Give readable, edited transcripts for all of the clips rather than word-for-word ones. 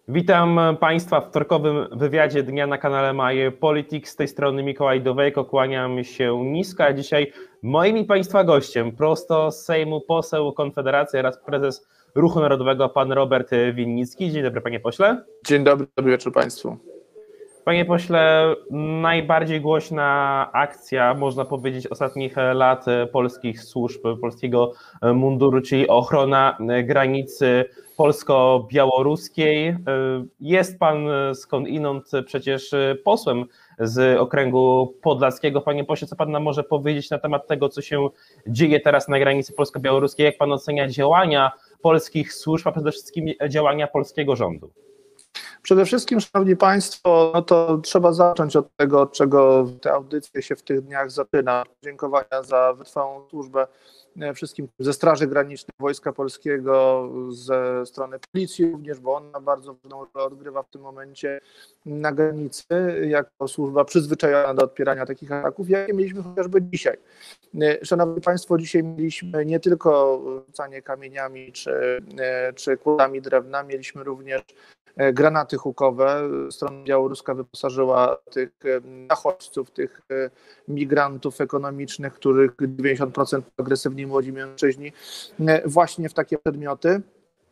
Witam Państwa w wtorkowym wywiadzie dnia na kanale My Politics. Z tej strony Mikołaj Dowejko, kłaniam się nisko, a dzisiaj moim i Państwa gościem prosto z Sejmu poseł Konfederacji oraz prezes Ruchu Narodowego pan Robert Winnicki. Dzień dobry, panie pośle. Dzień dobry, dobry wieczór Państwu. Panie pośle, najbardziej głośna akcja, można powiedzieć, ostatnich lat polskich służb, polskiego munduru, czyli ochrona granicy polsko-białoruskiej. Jest pan skądinąd przecież posłem z okręgu podlaskiego. Panie pośle, co pan nam może powiedzieć na temat tego, co się dzieje teraz na granicy polsko-białoruskiej? Jak pan ocenia działania polskich służb, a przede wszystkim działania polskiego rządu? Przede wszystkim, szanowni państwo, no to trzeba zacząć od tego, od czego te audycje się w tych dniach zaczyna. Dziękowania za wytrwałą służbę wszystkim ze Straży Granicznej, Wojska Polskiego, ze strony policji również, bo ona bardzo ważną rolę odgrywa w tym momencie na granicy, jako służba przyzwyczajona do odpierania takich ataków, jakie mieliśmy chociażby dzisiaj. Szanowni państwo, dzisiaj mieliśmy nie tylko rzucanie kamieniami czy kłodami drewna, mieliśmy również granaty hukowe. Strona białoruska wyposażyła tych nachodźców, tych migrantów ekonomicznych, których 90% agresywni młodzi mężczyźni, właśnie w takie przedmioty,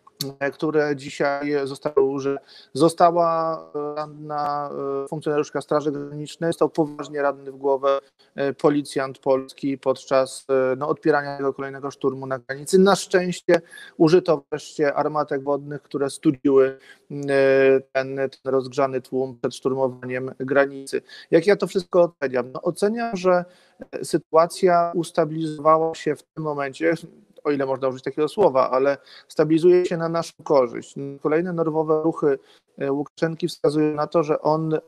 które dzisiaj zostały użyte. Została ranna funkcjonariuszka Straży Granicznej, został poważnie ranny w głowę policjant polski podczas odpierania tego kolejnego szturmu na granicy. Na szczęście użyto wreszcie armatek wodnych, które studziły ten rozgrzany tłum przed szturmowaniem granicy. Jak ja to wszystko oceniam? No, oceniam, że sytuacja ustabilizowała się w tym momencie, o ile można użyć takiego słowa, ale stabilizuje się na naszą korzyść. Kolejne nerwowe ruchy Łukaszenki wskazują na to, że on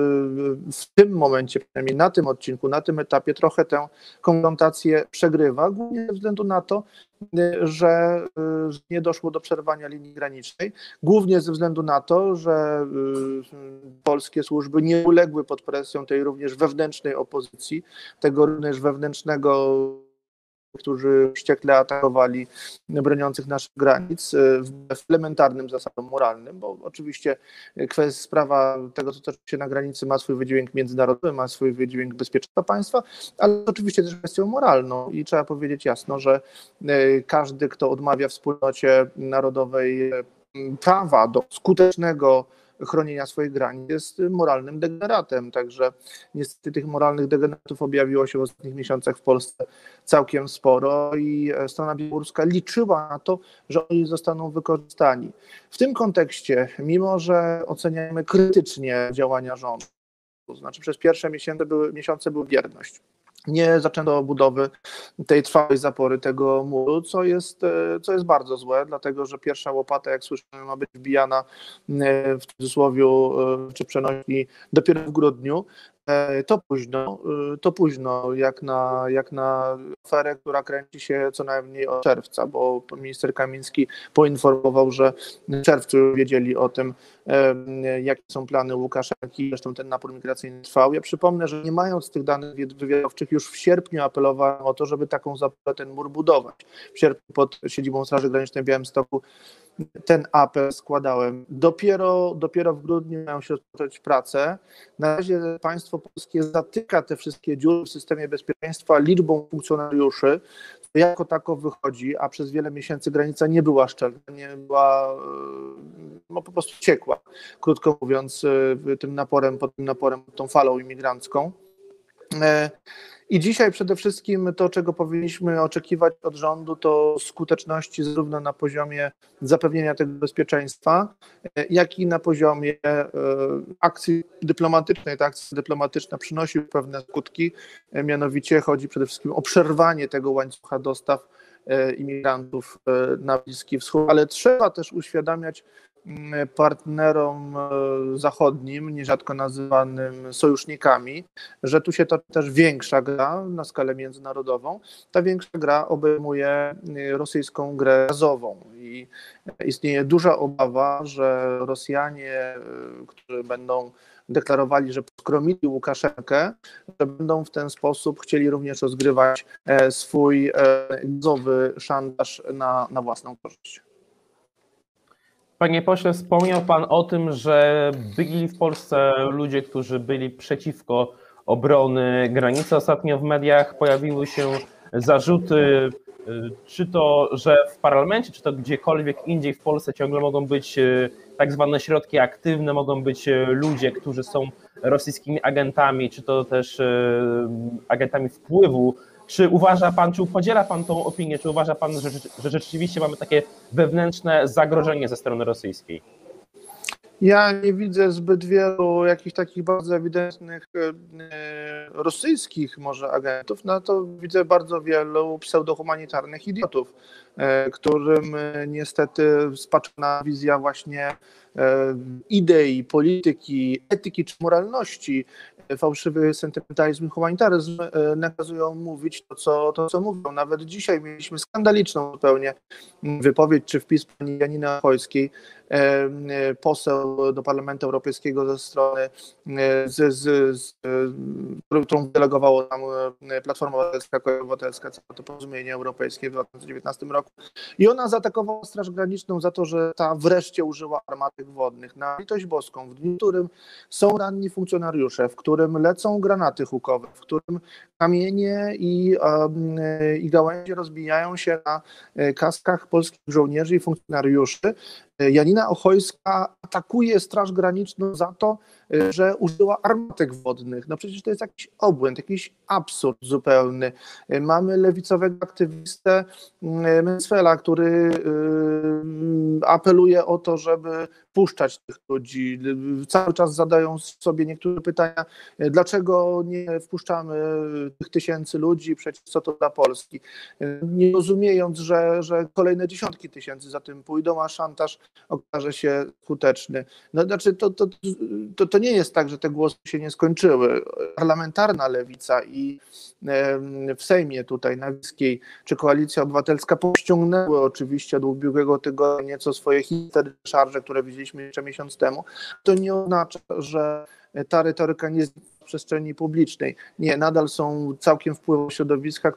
w tym momencie, przynajmniej na tym odcinku, na tym etapie trochę tę konfrontację przegrywa, głównie ze względu na to, że nie doszło do przerwania linii granicznej, głównie ze względu na to, że polskie służby nie uległy pod presją tej również wewnętrznej opozycji, tego również wewnętrznego, którzy wściekle atakowali broniących naszych granic w elementarnym zasadom moralnym, bo oczywiście sprawa tego, co toczy się na granicy, ma swój wydźwięk międzynarodowy, ma swój wydźwięk bezpieczeństwa państwa, ale oczywiście też kwestią moralną i trzeba powiedzieć jasno, że każdy, kto odmawia wspólnocie narodowej prawa do skutecznego chronienia swoich granic, jest moralnym degeneratem. Także niestety tych moralnych degeneratów objawiło się w ostatnich miesiącach w Polsce całkiem sporo i strona białoruska liczyła na to, że oni zostaną wykorzystani. W tym kontekście, mimo że oceniamy krytycznie działania rządu, to znaczy przez pierwsze miesiące była bierność. Nie zaczęto budowy tej trwałej zapory, tego muru, co jest bardzo złe, dlatego że pierwsza łopata, jak słyszymy, ma być wbijana w cudzysłowie czy przenośni dopiero w grudniu. To późno jak na aferę, która kręci się co najmniej od czerwca, bo minister Kamiński poinformował, że w czerwcu wiedzieli o tym, jakie są plany Łukaszenki, zresztą ten napór migracyjny trwał. Ja przypomnę, że nie mając tych danych wywiadowczych, już w sierpniu apelowałem o to, żeby taką zaporę, ten mur budować. W sierpniu pod siedzibą Straży Granicznej w Białymstoku ten apel składałem. Dopiero w grudniu mają się rozpocząć prace. Na razie państwo polskie zatyka te wszystkie dziury w systemie bezpieczeństwa liczbą funkcjonariuszy, to jako tako wychodzi, a przez wiele miesięcy granica nie była szczelna, nie była po prostu ciekła, krótko mówiąc, pod tym naporem, tą falą imigrancką. I dzisiaj przede wszystkim to, czego powinniśmy oczekiwać od rządu, to skuteczności zarówno na poziomie zapewnienia tego bezpieczeństwa, jak i na poziomie akcji dyplomatycznej. Ta akcja dyplomatyczna przynosi pewne skutki, mianowicie chodzi przede wszystkim o przerwanie tego łańcucha dostaw imigrantów na Bliski Wschód, ale trzeba też uświadamiać partnerom zachodnim, nierzadko nazywanym sojusznikami, że tu się to też większa gra na skalę międzynarodową. Ta większa gra obejmuje rosyjską grę gazową i istnieje duża obawa, że Rosjanie, którzy będą deklarowali, że poskromili Łukaszenkę, że będą w ten sposób chcieli również rozgrywać swój gazowy szantaż na własną korzyść. Panie pośle, wspomniał Pan o tym, że byli w Polsce ludzie, którzy byli przeciwko obrony granicy. Ostatnio w mediach pojawiły się zarzuty, czy to, że w parlamencie, czy to gdziekolwiek indziej w Polsce ciągle mogą być tak zwane środki aktywne, mogą być ludzie, którzy są rosyjskimi agentami, czy to też agentami wpływu. Czy uważa Pan, czy podziela Pan tą opinię, czy uważa Pan, że rzeczywiście mamy takie wewnętrzne zagrożenie ze strony rosyjskiej? Ja nie widzę zbyt wielu jakichś takich bardzo ewidentnych rosyjskich może agentów, no to widzę bardzo wielu pseudohumanitarnych idiotów, którym niestety spaczona wizja właśnie idei, polityki, etyki czy moralności, fałszywy sentymentalizm i humanitaryzm nakazują mówić to, co mówią. Nawet dzisiaj mieliśmy skandaliczną zupełnie wypowiedź czy wpis pani Janiny Ochojskiej, poseł do Parlamentu Europejskiego ze strony, którą delegowało tam Platforma Obywatelska, Koalicja Obywatelska, to Porozumienie Europejskie w 2019 roku. I ona zaatakowała Straż Graniczną za to, że ta wreszcie użyła armatek wodnych. Na litość boską, w dniu, w którym są ranni funkcjonariusze, w którym lecą granaty hukowe, w którym kamienie i gałęzie rozbijają się na kaskach polskich żołnierzy i funkcjonariuszy, Janina Ochojska atakuje Straż Graniczną za to, że użyła armatek wodnych. No przecież to jest jakiś obłęd, jakiś absurd zupełny. Mamy lewicowego aktywistę Mencfela, który apeluje o to, żeby puszczać tych ludzi. Cały czas zadają sobie niektóre pytania, dlaczego nie wpuszczamy tych tysięcy ludzi, przecież co to dla Polski. Nie rozumiejąc, że kolejne dziesiątki tysięcy za tym pójdą, a szantaż okaże się skuteczny. No, znaczy to nie jest tak, że te głosy się nie skończyły. Parlamentarna lewica i w Sejmie tutaj na Wiskiej, czy Koalicja Obywatelska powściągnęły oczywiście od ubiegłego tygodnia nieco swoje histeryczne szarże, które widzieliśmy jeszcze miesiąc temu. To nie oznacza, że ta retoryka nie jest w przestrzeni publicznej. Nie, nadal są całkiem wpływowe środowiska,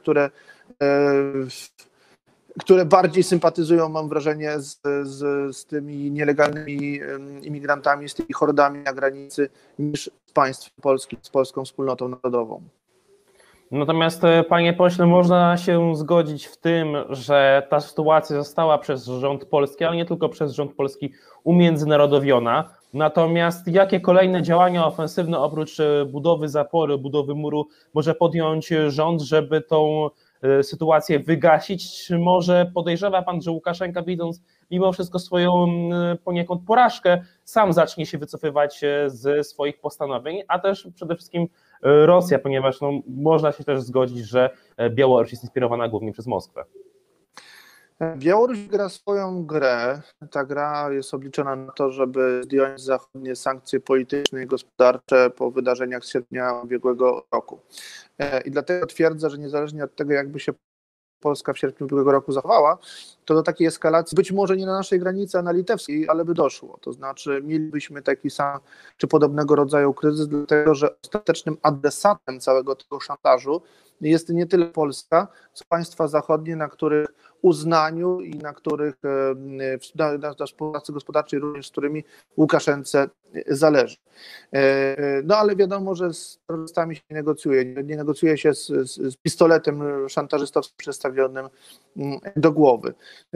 które bardziej sympatyzują, mam wrażenie, z tymi nielegalnymi imigrantami, z tymi hordami na granicy, niż z państwem polskim, z polską wspólnotą narodową. Natomiast, panie pośle, można się zgodzić w tym, że ta sytuacja została przez rząd polski, ale nie tylko przez rząd polski, umiędzynarodowiona. Natomiast jakie kolejne działania ofensywne oprócz budowy zapory, budowy muru może podjąć rząd, żeby tą sytuację wygasić? Czy może podejrzewa pan, że Łukaszenka, widząc mimo wszystko swoją poniekąd porażkę, sam zacznie się wycofywać ze swoich postanowień, a też przede wszystkim Rosja, ponieważ można się też zgodzić, że Białoruś jest inspirowana głównie przez Moskwę. Białoruś gra swoją grę. Ta gra jest obliczona na to, żeby zdjąć zachodnie sankcje polityczne i gospodarcze po wydarzeniach z sierpnia ubiegłego roku. I dlatego twierdzę, że niezależnie od tego, jakby się Polska w sierpniu ubiegłego roku zachowała, to do takiej eskalacji, być może nie na naszej granicy, a na litewskiej, ale by doszło. To znaczy mielibyśmy taki sam czy podobnego rodzaju kryzys, dlatego że ostatecznym adresatem całego tego szantażu jest nie tyle Polska, co państwa zachodnie, na których uznaniu i na których na współpracy gospodarczej również, z którymi Łukaszence zależy. No ale wiadomo, że z terrorystami się nie negocjuje. Nie negocjuje się z pistoletem szantażystowskim przestawionym do głowy.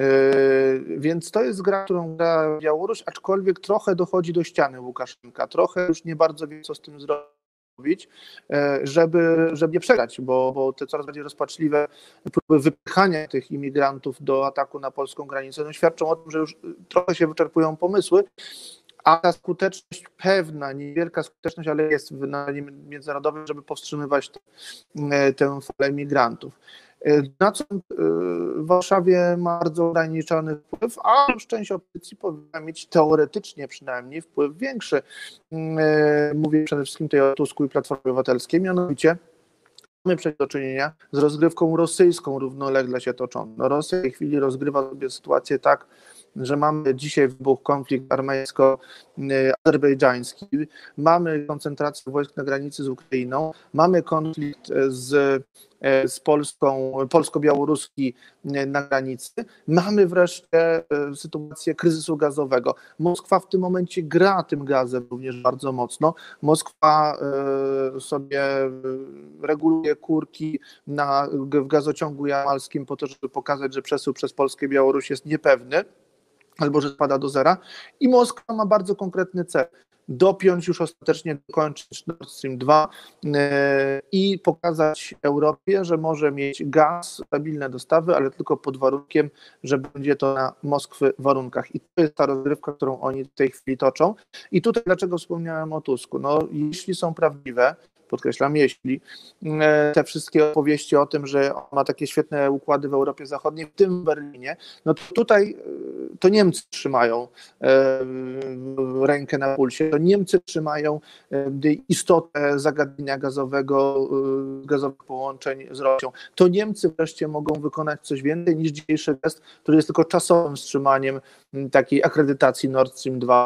Więc to jest gra, którą gra Białoruś, aczkolwiek trochę dochodzi do ściany Łukaszenka. Trochę już nie bardzo wie, co z tym zrobić, żeby nie przegrać, bo te coraz bardziej rozpaczliwe próby wypychania tych imigrantów do ataku na polską granicę no świadczą o tym, że już trochę się wyczerpują pomysły, a ta skuteczność pewna, niewielka skuteczność, ale jest na międzynarodowej, żeby powstrzymywać tę falę imigrantów. Na co w Warszawie ma bardzo ograniczony wpływ, a już część opozycji powinna mieć teoretycznie przynajmniej wpływ większy. Mówię przede wszystkim tutaj o Tusku i Platformie Obywatelskiej, mianowicie mamy przecież do czynienia z rozgrywką rosyjską równolegle się toczącą. Rosja w tej chwili rozgrywa sobie sytuację tak, że mamy dzisiaj wybuch konflikt armeńsko-azerbejdżański, mamy koncentrację wojsk na granicy z Ukrainą, mamy konflikt z polsko-białoruski na granicy. Mamy wreszcie sytuację kryzysu gazowego. Moskwa w tym momencie gra tym gazem również bardzo mocno. Moskwa sobie reguluje kurki w gazociągu jamalskim po to, żeby pokazać, że przesył przez Polskę i Białoruś jest niepewny albo że spada do zera. I Moskwa ma bardzo konkretny cel. Dopiąć już ostatecznie, dokończyć Nord Stream 2 i pokazać Europie, że może mieć gaz, stabilne dostawy, ale tylko pod warunkiem, że będzie to na Moskwy warunkach. I to jest ta rozgrywka, którą oni w tej chwili toczą. I tutaj dlaczego wspomniałem o Tusku? No, jeśli są prawdziwe, podkreślam, jeśli te wszystkie opowieści o tym, że on ma takie świetne układy w Europie Zachodniej, w tym w Berlinie, no to tutaj to Niemcy trzymają rękę na pulsie, to Niemcy trzymają istotę zagadnienia gazowych połączeń z Rosją. To Niemcy wreszcie mogą wykonać coś więcej niż dzisiejszy gest, który jest tylko czasowym wstrzymaniem takiej akredytacji Nord Stream 2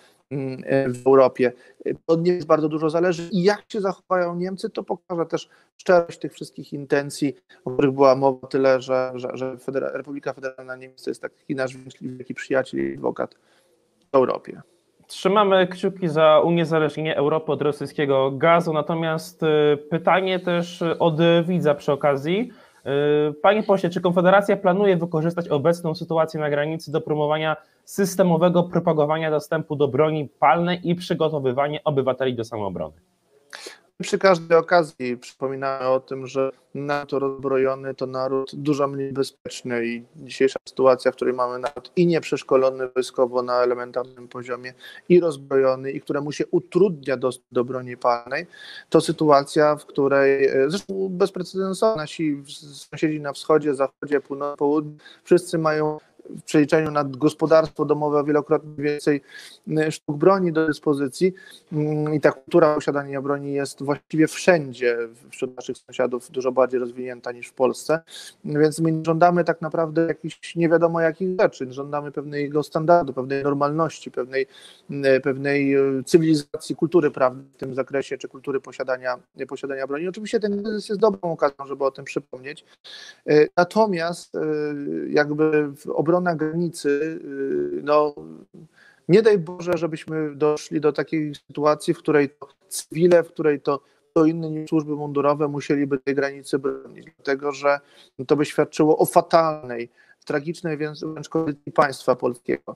w Europie. Od Niemiec bardzo dużo zależy i jak się zachowają Niemcy, to pokaże też szczerość tych wszystkich intencji, o których była mowa, tyle, że Republika Federalna Niemiec to jest taki nasz wielki przyjaciel i adwokat w Europie. Trzymamy kciuki za uniezależnienie Europy od rosyjskiego gazu, natomiast pytanie też od widza przy okazji. Panie pośle, czy Konfederacja planuje wykorzystać obecną sytuację na granicy do promowania systemowego propagowania dostępu do broni palnej i przygotowywania obywateli do samoobrony? Przy każdej okazji przypominamy o tym, że naród rozbrojony to naród dużo mniej bezpieczny i dzisiejsza sytuacja, w której mamy naród i nieprzeszkolony wojskowo na elementarnym poziomie, i rozbrojony, i któremu się utrudnia dostęp do broni palnej, to sytuacja, w której zresztą bezprecedensowa, nasi sąsiedzi na wschodzie, zachodzie, południu, wszyscy mają w przeliczeniu na gospodarstwo domowe wielokrotnie więcej sztuk broni do dyspozycji i ta kultura posiadania broni jest właściwie wszędzie wśród naszych sąsiadów dużo bardziej rozwinięta niż w Polsce, więc my nie żądamy tak naprawdę jakichś nie wiadomo jakich rzeczy, żądamy pewnego standardu, pewnej normalności, pewnej cywilizacji, kultury prawnej w tym zakresie, czy kultury posiadania broni. Oczywiście ten kryzys jest dobrą okazją, żeby o tym przypomnieć, natomiast jakby obrona granicy, no nie daj Boże, żebyśmy doszli do takiej sytuacji, w której to cywile, w której to inne niż służby mundurowe musieliby tej granicy bronić, dlatego że to by świadczyło o fatalnej, tragicznej wręcz kondycji państwa polskiego.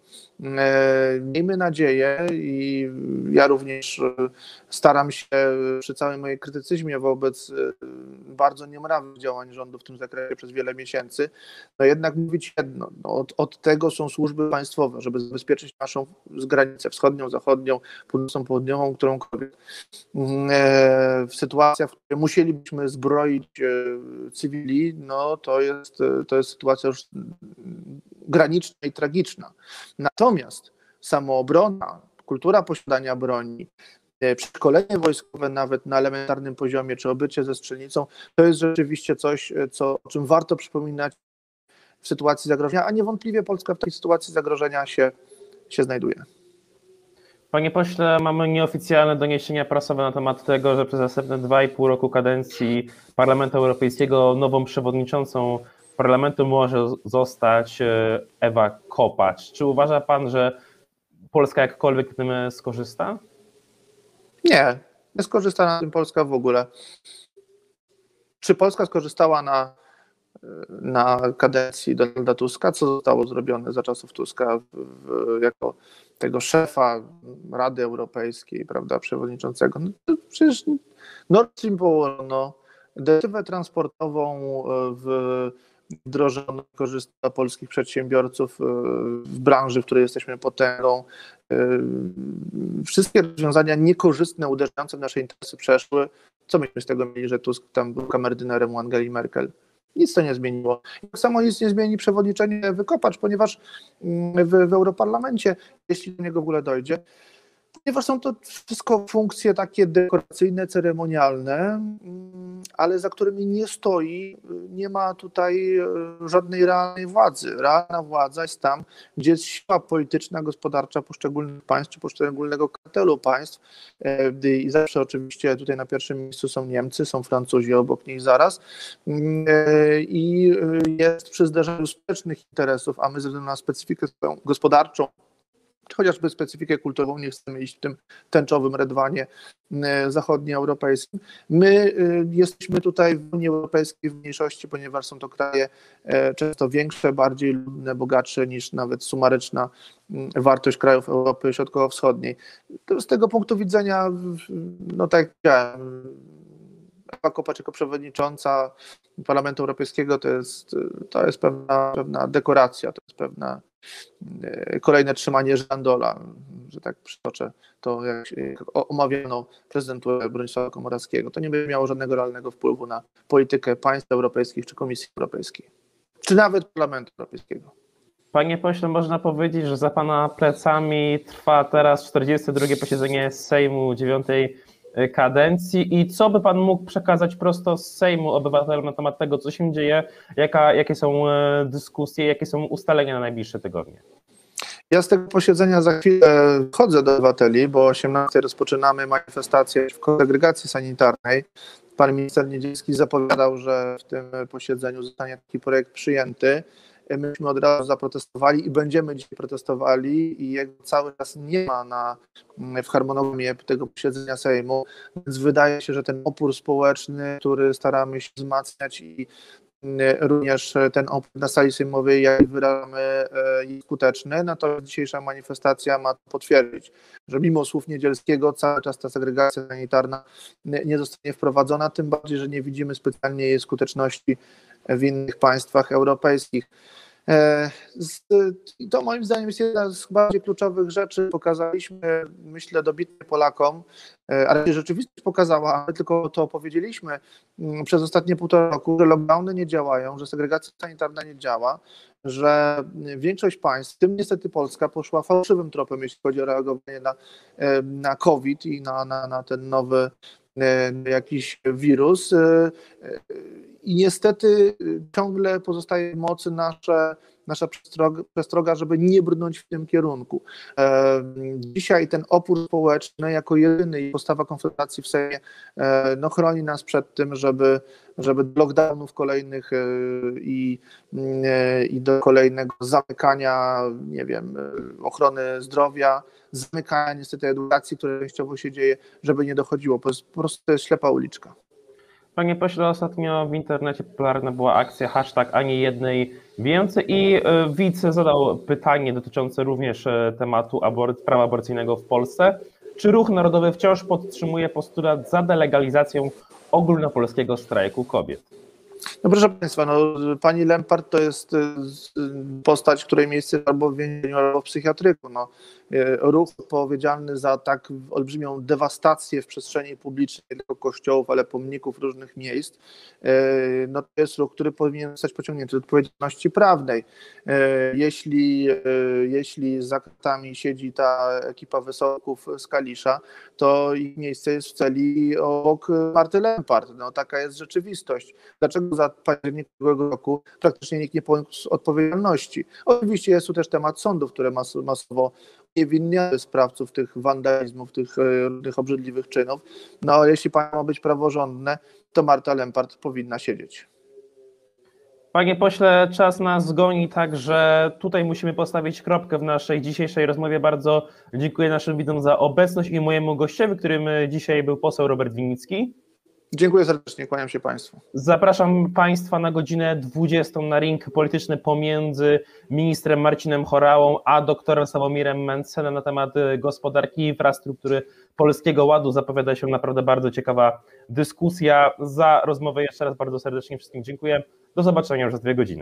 Miejmy nadzieję i ja również staram się przy całym moim krytycyzmie wobec bardzo niemrawnych działań rządu w tym zakresie przez wiele miesięcy, no jednak mówić jedno, no od tego są służby państwowe, żeby zabezpieczyć naszą granicę wschodnią, zachodnią, północną, południową, którąkolwiek. W sytuacjach, w której musielibyśmy zbroić cywili, no to jest sytuacja już graniczna i tragiczna. Natomiast samoobrona, kultura posiadania broni, przeszkolenie wojskowe nawet na elementarnym poziomie, czy obycie ze strzelnicą, to jest rzeczywiście coś, o czym warto przypominać w sytuacji zagrożenia, a niewątpliwie Polska w tej sytuacji zagrożenia się znajduje. Panie pośle, mamy nieoficjalne doniesienia prasowe na temat tego, że przez następne 2,5 roku kadencji Parlamentu Europejskiego nową przewodniczącą Parlamentu może zostać Ewa Kopacz. Czy uważa pan, że Polska jakkolwiek tym skorzysta? Nie skorzysta na tym Polska w ogóle. Czy Polska skorzystała na kadencji Donalda Tuska? Co zostało zrobione za czasów Tuska jako tego szefa Rady Europejskiej, prawda, przewodniczącego? No to przecież Nord Stream położono, dyrektywę transportową wdrożono, korzysta polskich przedsiębiorców w branży, w której jesteśmy potęgą. Wszystkie rozwiązania niekorzystne, uderzające w nasze interesy przeszły. Co myśmy z tego mieli, że Tusk tam był kamerdynerem u Angeli Merkel? Nic to nie zmieniło. Tak samo nic nie zmieni przewodniczenie Ewy Kopacz, ponieważ w Europarlamencie, jeśli do niego w ogóle dojdzie, ponieważ są to wszystko funkcje takie dekoracyjne, ceremonialne, ale za którymi nie stoi, nie ma tutaj żadnej realnej władzy. Realna władza jest tam, gdzie jest siła polityczna, gospodarcza poszczególnych państw czy poszczególnego kartelu państw i zawsze oczywiście tutaj na pierwszym miejscu są Niemcy, są Francuzi obok nich zaraz i jest przy zderzeniu sprzecznych interesów, a my ze względu na specyfikę gospodarczą, chociażby specyfikę kulturową, nie chcemy iść w tym tęczowym rydwanie zachodnioeuropejskim. My jesteśmy tutaj w Unii Europejskiej w mniejszości, ponieważ są to kraje często większe, bardziej ludne, bogatsze niż nawet sumaryczna wartość krajów Europy Środkowo-Wschodniej. Z tego punktu widzenia, no tak jak powiedziałem, Ewa Kopacz jako przewodnicząca Parlamentu Europejskiego to jest pewna dekoracja, to jest pewna kolejne trzymanie żandola, że tak przytoczę to, jak omawiano prezydenturę Bronisława Komorowskiego. To nie będzie miało żadnego realnego wpływu na politykę państw europejskich czy Komisji Europejskiej, czy nawet Parlamentu Europejskiego. Panie pośle, można powiedzieć, że za pana plecami trwa teraz 42. posiedzenie Sejmu IX kadencji i co by pan mógł przekazać prosto z Sejmu obywatelom na temat tego, co się dzieje, jakie są dyskusje, jakie są ustalenia na najbliższe tygodnie? Ja z tego posiedzenia za chwilę chodzę do obywateli, bo o 18 rozpoczynamy manifestację w segregacji sanitarnej. Pan minister Niedzielski zapowiadał, że w tym posiedzeniu zostanie taki projekt przyjęty. Myśmy od razu zaprotestowali i będziemy dzisiaj protestowali i jego cały czas nie ma w harmonogramie tego posiedzenia Sejmu, więc wydaje się, że ten opór społeczny, który staramy się wzmacniać i również ten opór na sali sejmowej, jak wyrażamy, jest skuteczny, natomiast dzisiejsza manifestacja ma to potwierdzić, że mimo słów Niedzielskiego cały czas ta segregacja sanitarna nie zostanie wprowadzona, tym bardziej, że nie widzimy specjalnie jej skuteczności w innych państwach europejskich. To moim zdaniem jest jedna z bardziej kluczowych rzeczy. Pokazaliśmy, myślę, dobitnie Polakom, ale rzeczywistość pokazała, a my tylko to powiedzieliśmy przez ostatnie 1,5 roku, że lockdowny nie działają, że segregacja sanitarna nie działa, że większość państw, w tym niestety Polska, poszła fałszywym tropem, jeśli chodzi o reagowanie na COVID i na ten nowy jakiś wirus. I niestety ciągle pozostaje w mocy nasza przestroga, żeby nie brnąć w tym kierunku. Dzisiaj ten opór społeczny jako jedyny i postawa Konfederacji w Sejmie chroni nas przed tym, żeby do lockdownów kolejnych i do kolejnego zamykania, nie wiem, ochrony zdrowia, zamykania niestety edukacji, która częściowo się dzieje, żeby nie dochodziło. Po prostu to jest ślepa uliczka. Panie pośle, ostatnio w internecie popularna była akcja #ani jednej więcej i widz zadał pytanie dotyczące również tematu prawa aborcyjnego w Polsce. Czy Ruch Narodowy wciąż podtrzymuje postulat za delegalizacją ogólnopolskiego strajku kobiet? No proszę Państwa, pani Lempart to jest postać, której miejsce albo w więzieniu, albo w psychiatryku. Ruch odpowiedzialny za tak olbrzymią dewastację w przestrzeni publicznej, nie tylko kościołów, ale pomników różnych miejsc, to jest ruch, który powinien zostać pociągnięty do odpowiedzialności prawnej. Jeśli za kartami siedzi ta ekipa Wesołków z Kalisza, to ich miejsce jest w celi obok Marty Lempart. Taka jest rzeczywistość. Dlaczego za październik tego roku praktycznie nikt nie poniósł odpowiedzialności? Oczywiście jest tu też temat sądów, które masowo uniewinniały sprawców tych wandalizmów, tych różnych obrzydliwych czynów. Jeśli państwo ma być praworządne, to Marta Lempart powinna siedzieć. Panie pośle, czas nas goni, także tutaj musimy postawić kropkę w naszej dzisiejszej rozmowie. Bardzo dziękuję naszym widzom za obecność i mojemu gościowi, którym dzisiaj był poseł Robert Winnicki. Dziękuję serdecznie, kłaniam się Państwu. Zapraszam Państwa na godzinę 20 na ring polityczny pomiędzy ministrem Marcinem Horałą a doktorem Sławomirem Mencenem na temat gospodarki i infrastruktury Polskiego Ładu. Zapowiada się naprawdę bardzo ciekawa dyskusja. Za rozmowę jeszcze raz bardzo serdecznie wszystkim dziękuję. Do zobaczenia już za 2 godziny.